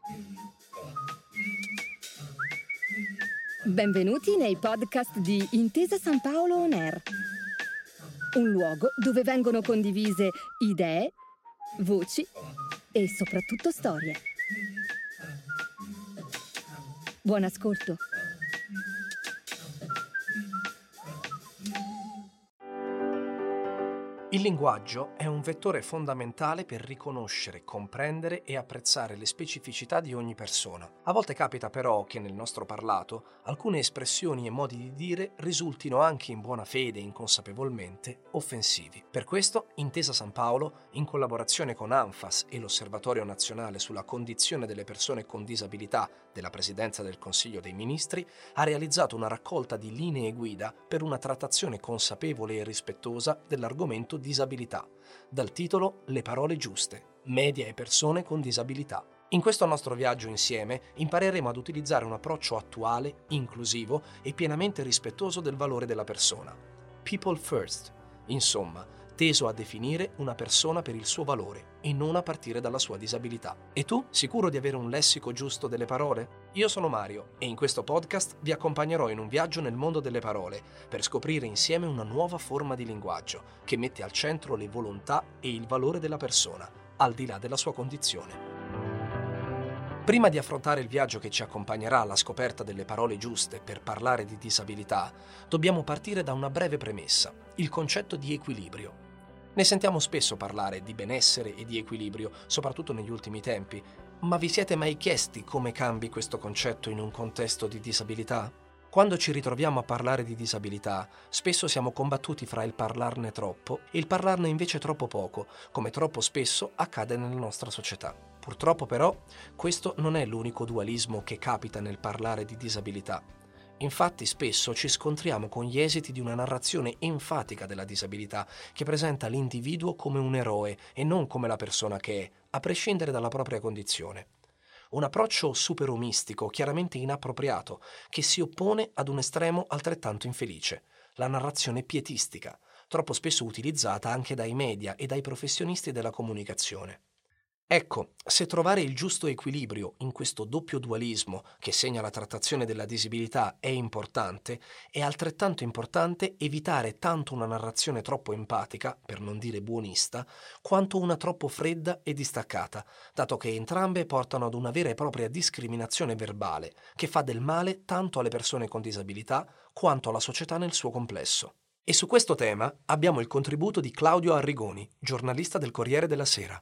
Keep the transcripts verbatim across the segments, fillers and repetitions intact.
Benvenuti nei podcast di Intesa San Paolo On Air, un luogo dove vengono condivise idee, voci e soprattutto storie. Buon ascolto. Il linguaggio è un vettore fondamentale per riconoscere, comprendere e apprezzare le specificità di ogni persona. A volte capita però che nel nostro parlato alcune espressioni e modi di dire risultino anche in buona fede e inconsapevolmente offensivi. Per questo Intesa San Paolo, in collaborazione con ANFAS e l'Osservatorio Nazionale sulla Condizione delle Persone con Disabilità della Presidenza del Consiglio dei Ministri, ha realizzato una raccolta di linee guida per una trattazione consapevole e rispettosa dell'argomento disabilità, dal titolo Le parole giuste, media e persone con disabilità. In questo nostro viaggio insieme impareremo ad utilizzare un approccio attuale, inclusivo e pienamente rispettoso del valore della persona. People first, insomma, teso a definire una persona per il suo valore e non a partire dalla sua disabilità. E tu, sicuro di avere un lessico giusto delle parole? Io sono Mario e in questo podcast vi accompagnerò in un viaggio nel mondo delle parole per scoprire insieme una nuova forma di linguaggio che mette al centro le volontà e il valore della persona, al di là della sua condizione. Prima di affrontare il viaggio che ci accompagnerà alla scoperta delle parole giuste per parlare di disabilità, dobbiamo partire da una breve premessa, il concetto di equilibrio. Ne sentiamo spesso parlare di benessere e di equilibrio, soprattutto negli ultimi tempi, ma vi siete mai chiesti come cambi questo concetto in un contesto di disabilità? Quando ci ritroviamo a parlare di disabilità, spesso siamo combattuti fra il parlarne troppo e il parlarne invece troppo poco, come troppo spesso accade nella nostra società. Purtroppo però, questo non è l'unico dualismo che capita nel parlare di disabilità. Infatti spesso ci scontriamo con gli esiti di una narrazione enfatica della disabilità che presenta l'individuo come un eroe e non come la persona che è, a prescindere dalla propria condizione. Un approccio superomistico, chiaramente inappropriato, che si oppone ad un estremo altrettanto infelice, la narrazione pietistica, troppo spesso utilizzata anche dai media e dai professionisti della comunicazione. Ecco, se trovare il giusto equilibrio in questo doppio dualismo che segna la trattazione della disabilità è importante, è altrettanto importante evitare tanto una narrazione troppo empatica, per non dire buonista, quanto una troppo fredda e distaccata, dato che entrambe portano ad una vera e propria discriminazione verbale che fa del male tanto alle persone con disabilità quanto alla società nel suo complesso. E su questo tema abbiamo il contributo di Claudio Arrigoni, giornalista del Corriere della Sera.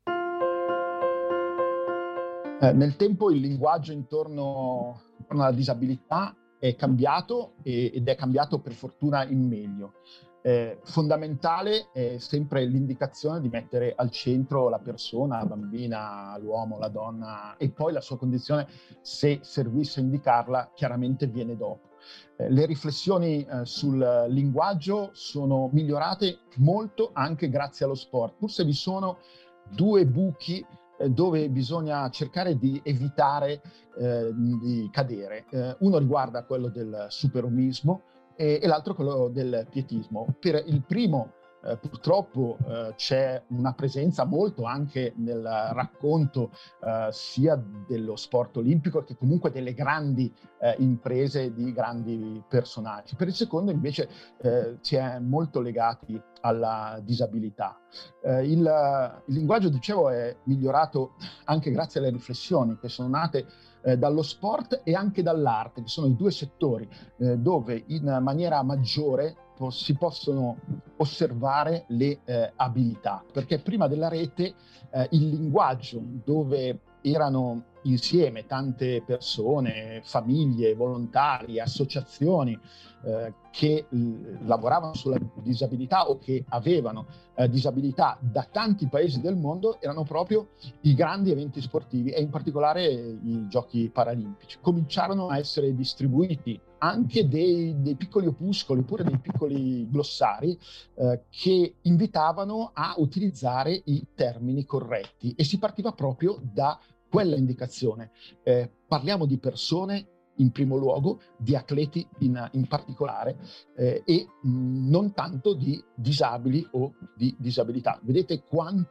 Eh, nel tempo il linguaggio intorno, intorno alla disabilità è cambiato e, ed è cambiato per fortuna in meglio. Eh, fondamentale è sempre l'indicazione di mettere al centro la persona, la bambina, l'uomo, la donna e poi la sua condizione, se servisse indicarla, chiaramente viene dopo. Eh, le riflessioni eh, sul linguaggio sono migliorate molto anche grazie allo sport. Forse vi sono due buchi dove bisogna cercare di evitare eh, di cadere. Eh, uno riguarda quello del superomismo e, e l'altro quello del pietismo. Per il primo eh, purtroppo eh, c'è una presenza molto anche nel racconto eh, sia dello sport olimpico che comunque delle grandi eh, imprese di grandi personaggi. Per il secondo invece eh, si è molto legati alla disabilità. Eh, il, il linguaggio, dicevo, è migliorato anche grazie alle riflessioni che sono nate eh, dallo sport e anche dall'arte, che sono i due settori eh, dove in maniera maggiore po- si possono osservare le eh, abilità, perché prima della rete eh, il linguaggio, dove erano insieme tante persone, famiglie, volontari, associazioni eh, che l- lavoravano sulla disabilità o che avevano eh, disabilità da tanti paesi del mondo, erano proprio i grandi eventi sportivi e in particolare i giochi paralimpici. Cominciarono a essere distribuiti anche dei, dei piccoli opuscoli, oppure dei piccoli glossari eh, che invitavano a utilizzare i termini corretti e si partiva proprio da quella indicazione. Eh, parliamo di persone in primo luogo, di atleti in, in particolare eh, e mh, non tanto di disabili o di disabilità. Vedete quanto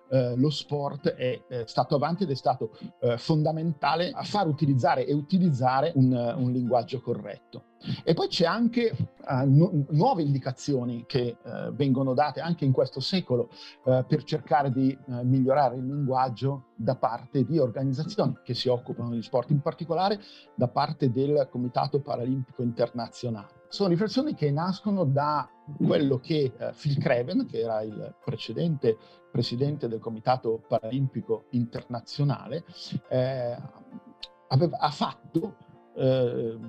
eh, lo sport è, è stato avanti ed è stato eh, fondamentale a far utilizzare e utilizzare un, un linguaggio corretto. E poi c'è anche uh, nu- nuove indicazioni che uh, vengono date anche in questo secolo uh, per cercare di uh, migliorare il linguaggio da parte di organizzazioni che si occupano di sport, in particolare da parte del Comitato Paralimpico Internazionale. Sono riflessioni che nascono da quello che uh, Phil Craven, che era il precedente presidente del Comitato Paralimpico Internazionale, eh, aveva, ha fatto eh,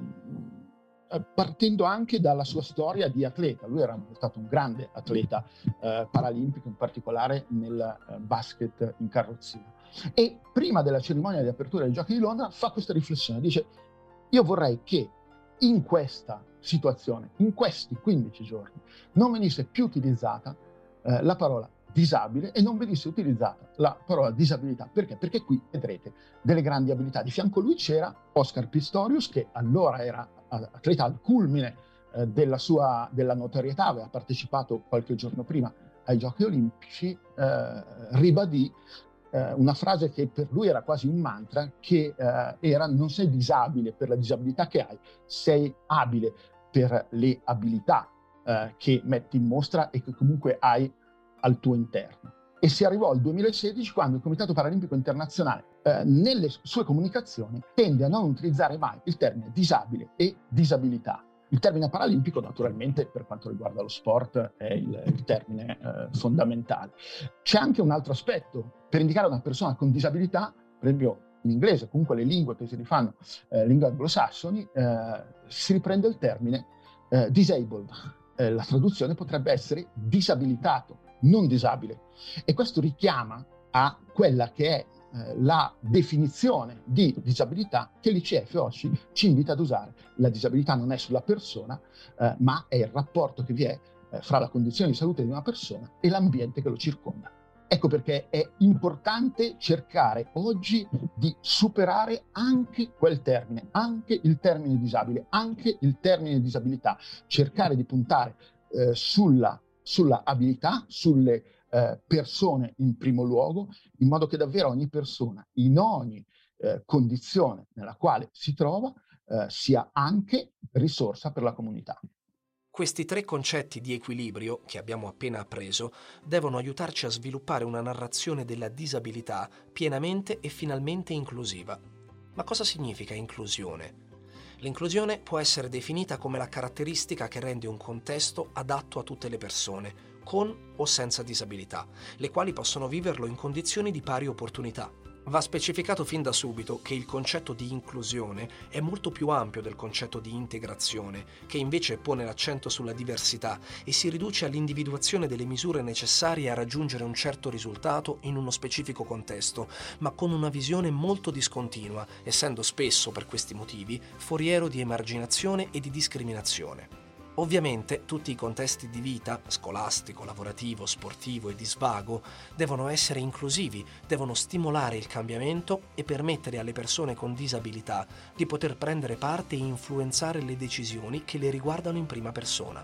partendo anche dalla sua storia di atleta. Lui era stato un grande atleta eh, paralimpico, in particolare nel eh, basket in carrozzina. E prima della cerimonia di apertura dei Giochi di Londra fa questa riflessione, dice: io vorrei che in questa situazione, in questi quindici giorni, non venisse più utilizzata eh, la parola disabile e non venisse utilizzata la parola disabilità. Perché? Perché qui vedrete delle grandi abilità. Di fianco a lui c'era Oscar Pistorius, che allora era atleta al culmine eh, della sua della notorietà, aveva partecipato qualche giorno prima ai Giochi Olimpici, eh, ribadì eh, una frase che per lui era quasi un mantra, che eh, era: non sei disabile per la disabilità che hai, sei abile per le abilità eh, che metti in mostra e che comunque hai al tuo interno. E si arrivò al duemilasedici, quando il Comitato Paralimpico Internazionale eh, nelle sue comunicazioni tende a non utilizzare mai il termine disabile e disabilità. Il termine paralimpico, naturalmente, per quanto riguarda lo sport, è il, il termine eh, fondamentale. C'è anche un altro aspetto. Per indicare una persona con disabilità, per esempio in inglese, comunque le lingue che si rifanno, eh, lingue anglosassoni, eh, si riprende il termine eh, disabled. Eh, la traduzione potrebbe essere disabilitato, non disabile. E questo richiama a quella che è eh, la definizione di disabilità che l'I C F oggi ci invita ad usare. La disabilità non è sulla persona, eh, ma è il rapporto che vi è eh, fra la condizione di salute di una persona e l'ambiente che lo circonda. Ecco perché è importante cercare oggi di superare anche quel termine, anche il termine disabile, anche il termine disabilità, cercare di puntare eh, sulla sulla abilità, sulle eh, persone in primo luogo, in modo che davvero ogni persona, in ogni eh, condizione nella quale si trova, eh, sia anche risorsa per la comunità. Questi tre concetti di equilibrio, che abbiamo appena appreso, devono aiutarci a sviluppare una narrazione della disabilità pienamente e finalmente inclusiva. Ma cosa significa inclusione? L'inclusione può essere definita come la caratteristica che rende un contesto adatto a tutte le persone, con o senza disabilità, le quali possono viverlo in condizioni di pari opportunità. Va specificato fin da subito che il concetto di inclusione è molto più ampio del concetto di integrazione, che invece pone l'accento sulla diversità e si riduce all'individuazione delle misure necessarie a raggiungere un certo risultato in uno specifico contesto, ma con una visione molto discontinua, essendo spesso, per questi motivi, foriero di emarginazione e di discriminazione. Ovviamente tutti i contesti di vita, scolastico, lavorativo, sportivo e di svago, devono essere inclusivi, devono stimolare il cambiamento e permettere alle persone con disabilità di poter prendere parte e influenzare le decisioni che le riguardano in prima persona.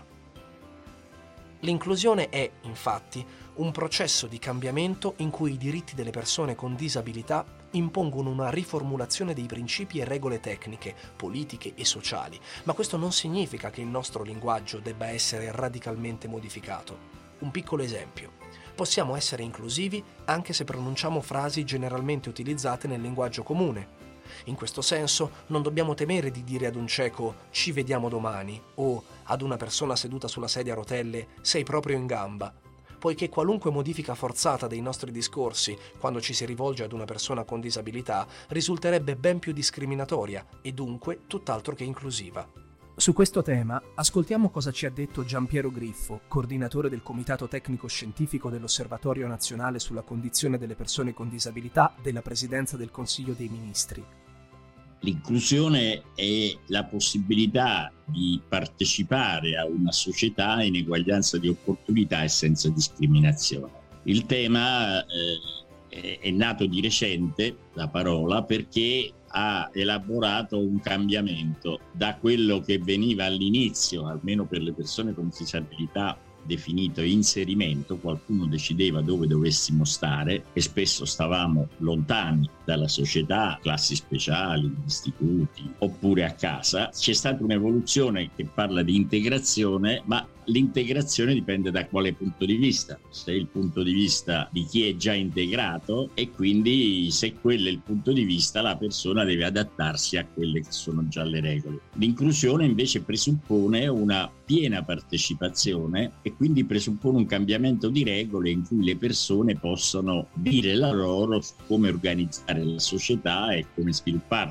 L'inclusione è, infatti, un processo di cambiamento in cui i diritti delle persone con disabilità impongono una riformulazione dei principi e regole tecniche, politiche e sociali, ma questo non significa che il nostro linguaggio debba essere radicalmente modificato. Un piccolo esempio. Possiamo essere inclusivi anche se pronunciamo frasi generalmente utilizzate nel linguaggio comune. In questo senso non dobbiamo temere di dire ad un cieco «ci vediamo domani» o ad una persona seduta sulla sedia a rotelle «sei proprio in gamba», poiché qualunque modifica forzata dei nostri discorsi quando ci si rivolge ad una persona con disabilità risulterebbe ben più discriminatoria e dunque tutt'altro che inclusiva. Su questo tema ascoltiamo cosa ci ha detto Giampiero Griffo, coordinatore del Comitato Tecnico Scientifico dell'Osservatorio Nazionale sulla Condizione delle Persone con Disabilità della Presidenza del Consiglio dei Ministri. L'inclusione è la possibilità di partecipare a una società in eguaglianza di opportunità e senza discriminazione. Il tema eh, è nato di recente, la parola, perché ha elaborato un cambiamento da quello che veniva all'inizio, almeno per le persone con disabilità, definito inserimento, qualcuno decideva dove dovessimo stare e spesso stavamo lontani dalla società, classi speciali, istituti, oppure a casa. C'è stata un'evoluzione che parla di integrazione, ma l'integrazione dipende da quale punto di vista. Se è il punto di vista di chi è già integrato, e quindi se quello è il punto di vista, la persona deve adattarsi a quelle che sono già le regole. L'inclusione invece presuppone una piena partecipazione e quindi presuppone un cambiamento di regole in cui le persone possono dire la loro su come organizzare la società e come svilupparla.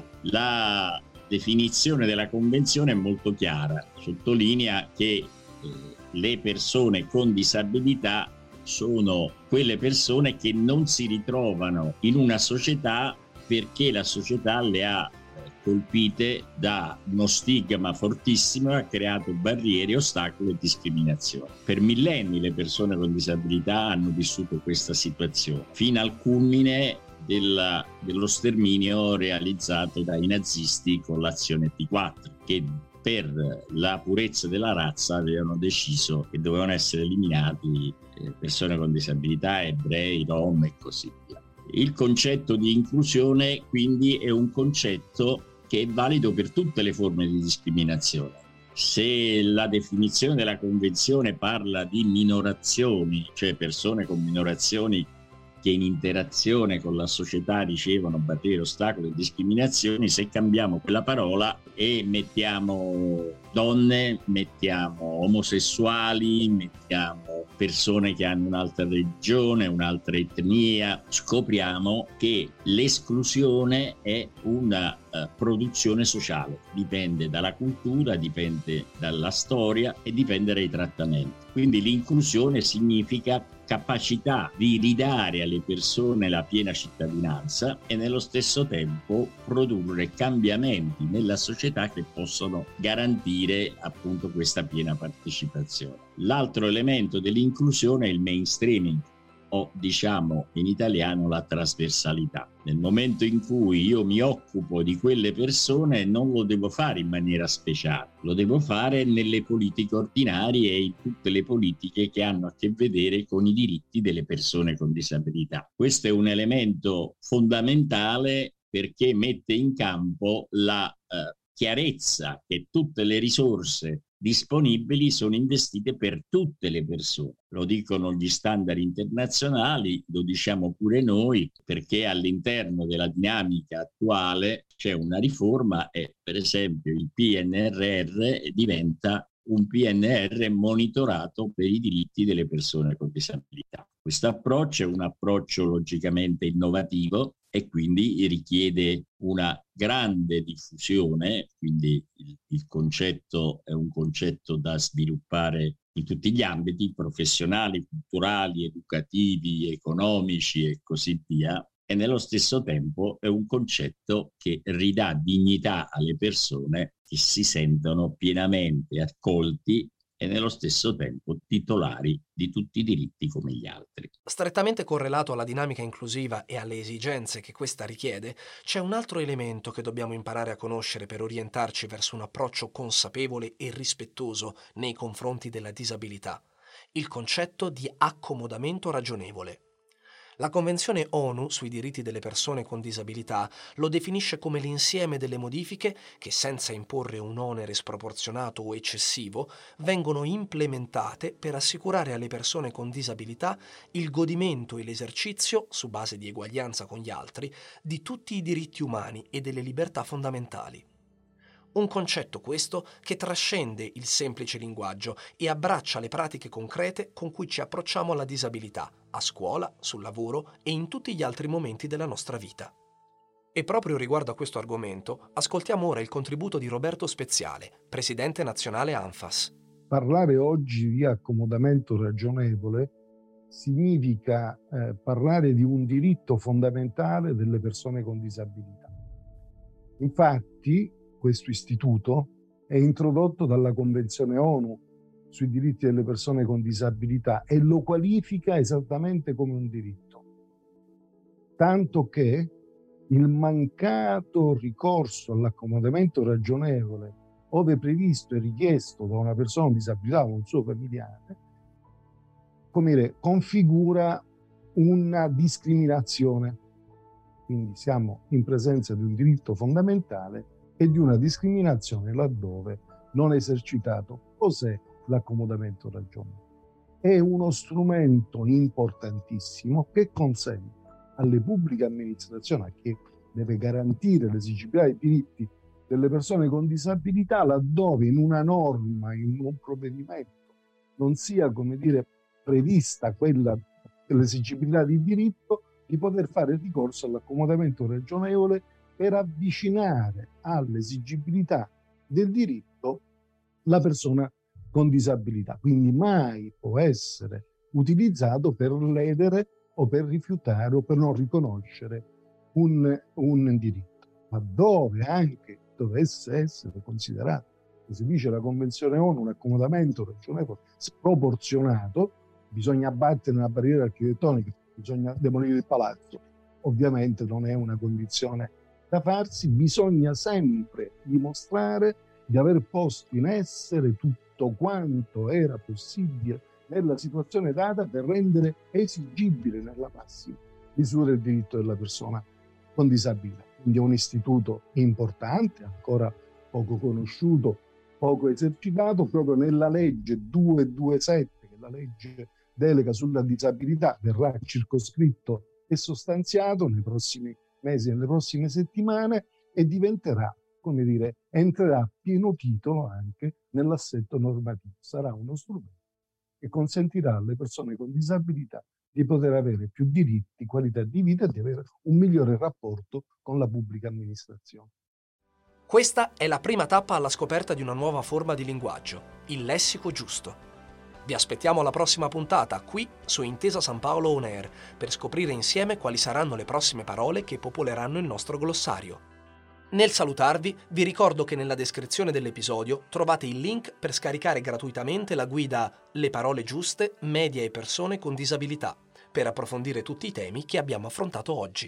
La definizione della convenzione è molto chiara, sottolinea che le persone con disabilità sono quelle persone che non si ritrovano in una società perché la società le ha colpite da uno stigma fortissimo e ha creato barriere, ostacoli e discriminazioni. Per millenni le persone con disabilità hanno vissuto questa situazione, fino al culmine della, dello sterminio realizzato dai nazisti con l'azione T quattro, che per la purezza della razza avevano deciso che dovevano essere eliminati persone con disabilità, ebrei, rom e così via. Il concetto di inclusione quindi è un concetto che è valido per tutte le forme di discriminazione. Se la definizione della Convenzione parla di minorazioni, cioè persone con minorazioni che in interazione con la società ricevono barriere, ostacoli e discriminazioni, se cambiamo quella parola e mettiamo donne, mettiamo omosessuali, mettiamo persone che hanno un'altra religione, un'altra etnia, scopriamo che l'esclusione è una uh, produzione sociale, dipende dalla cultura, dipende dalla storia e dipende dai trattamenti. Quindi l'inclusione significa capacità di ridare alle persone la piena cittadinanza e nello stesso tempo produrre cambiamenti nella società che possono garantire appunto questa piena partecipazione. L'altro elemento dell'inclusione è il mainstreaming, o diciamo in italiano la trasversalità. Nel momento in cui io mi occupo di quelle persone non lo devo fare in maniera speciale, lo devo fare nelle politiche ordinarie e in tutte le politiche che hanno a che vedere con i diritti delle persone con disabilità. Questo è un elemento fondamentale perché mette in campo la eh, chiarezza che tutte le risorse disponibili sono investite per tutte le persone. Lo dicono gli standard internazionali, lo diciamo pure noi, perché all'interno della dinamica attuale c'è una riforma e per esempio il P N R R diventa un P N R R monitorato per i diritti delle persone con disabilità. Questo approccio è un approccio logicamente innovativo e quindi richiede una grande diffusione, quindi il, il concetto è un concetto da sviluppare in tutti gli ambiti professionali, culturali, educativi, economici e così via, e nello stesso tempo è un concetto che ridà dignità alle persone che si sentono pienamente accolti e nello stesso tempo titolari di tutti i diritti come gli altri. Strettamente correlato alla dinamica inclusiva e alle esigenze che questa richiede, c'è un altro elemento che dobbiamo imparare a conoscere per orientarci verso un approccio consapevole e rispettoso nei confronti della disabilità: il concetto di accomodamento ragionevole. La Convenzione ONU sui diritti delle persone con disabilità lo definisce come l'insieme delle modifiche che, senza imporre un onere sproporzionato o eccessivo, vengono implementate per assicurare alle persone con disabilità il godimento e l'esercizio, su base di eguaglianza con gli altri, di tutti i diritti umani e delle libertà fondamentali. Un concetto questo che trascende il semplice linguaggio e abbraccia le pratiche concrete con cui ci approcciamo alla disabilità, a scuola, sul lavoro e in tutti gli altri momenti della nostra vita. E proprio riguardo a questo argomento, ascoltiamo ora il contributo di Roberto Speziale, presidente nazionale ANFAS. Parlare oggi di accomodamento ragionevole significa eh, parlare di un diritto fondamentale delle persone con disabilità. Infatti, questo istituto è introdotto dalla Convenzione ONU sui diritti delle persone con disabilità e lo qualifica esattamente come un diritto. Tanto che il mancato ricorso all'accomodamento ragionevole, ove previsto e richiesto da una persona con disabilità o un suo familiare, come dire, configura una discriminazione. Quindi siamo in presenza di un diritto fondamentale e di una discriminazione laddove non è esercitato. Cos'è l'accomodamento ragionevole? È uno strumento importantissimo che consente alle pubbliche amministrazioni, a chi deve garantire l'esigibilità dei diritti delle persone con disabilità, laddove in una norma, in un provvedimento, non sia, come dire, prevista quella dell'esigibilità di diritto, di poter fare ricorso all'accomodamento ragionevole per avvicinare all'esigibilità del diritto la persona con disabilità. Quindi mai può essere utilizzato per ledere o per rifiutare o per non riconoscere un, un diritto, ma dove anche dovesse essere considerato, come si dice la Convenzione ONU, un accomodamento ragionevole sproporzionato, bisogna abbattere una barriera architettonica, bisogna demolire il palazzo. Ovviamente non è una condizione da farsi, bisogna sempre dimostrare di aver posto in essere tutto quanto era possibile nella situazione data per rendere esigibile nella massima misura il diritto della persona con disabilità. Quindi è un istituto importante, ancora poco conosciuto, poco esercitato. Proprio nella legge duecentoventisette, che è la legge delega sulla disabilità, verrà circoscritto e sostanziato nei prossimi mesi e nelle prossime settimane e diventerà, come dire, entrerà a pieno titolo anche nell'assetto normativo. Sarà uno strumento che consentirà alle persone con disabilità di poter avere più diritti, qualità di vita e di avere un migliore rapporto con la pubblica amministrazione. Questa è la prima tappa alla scoperta di una nuova forma di linguaggio, il lessico giusto. Vi aspettiamo alla prossima puntata, qui su Intesa San Paolo On Air, per scoprire insieme quali saranno le prossime parole che popoleranno il nostro glossario. Nel salutarvi, vi ricordo che nella descrizione dell'episodio trovate il link per scaricare gratuitamente la guida Le parole giuste, media e persone con disabilità, per approfondire tutti i temi che abbiamo affrontato oggi.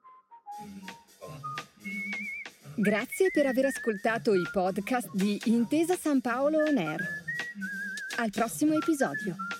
Grazie per aver ascoltato i podcast di Intesa San Paolo On Air. Al prossimo episodio.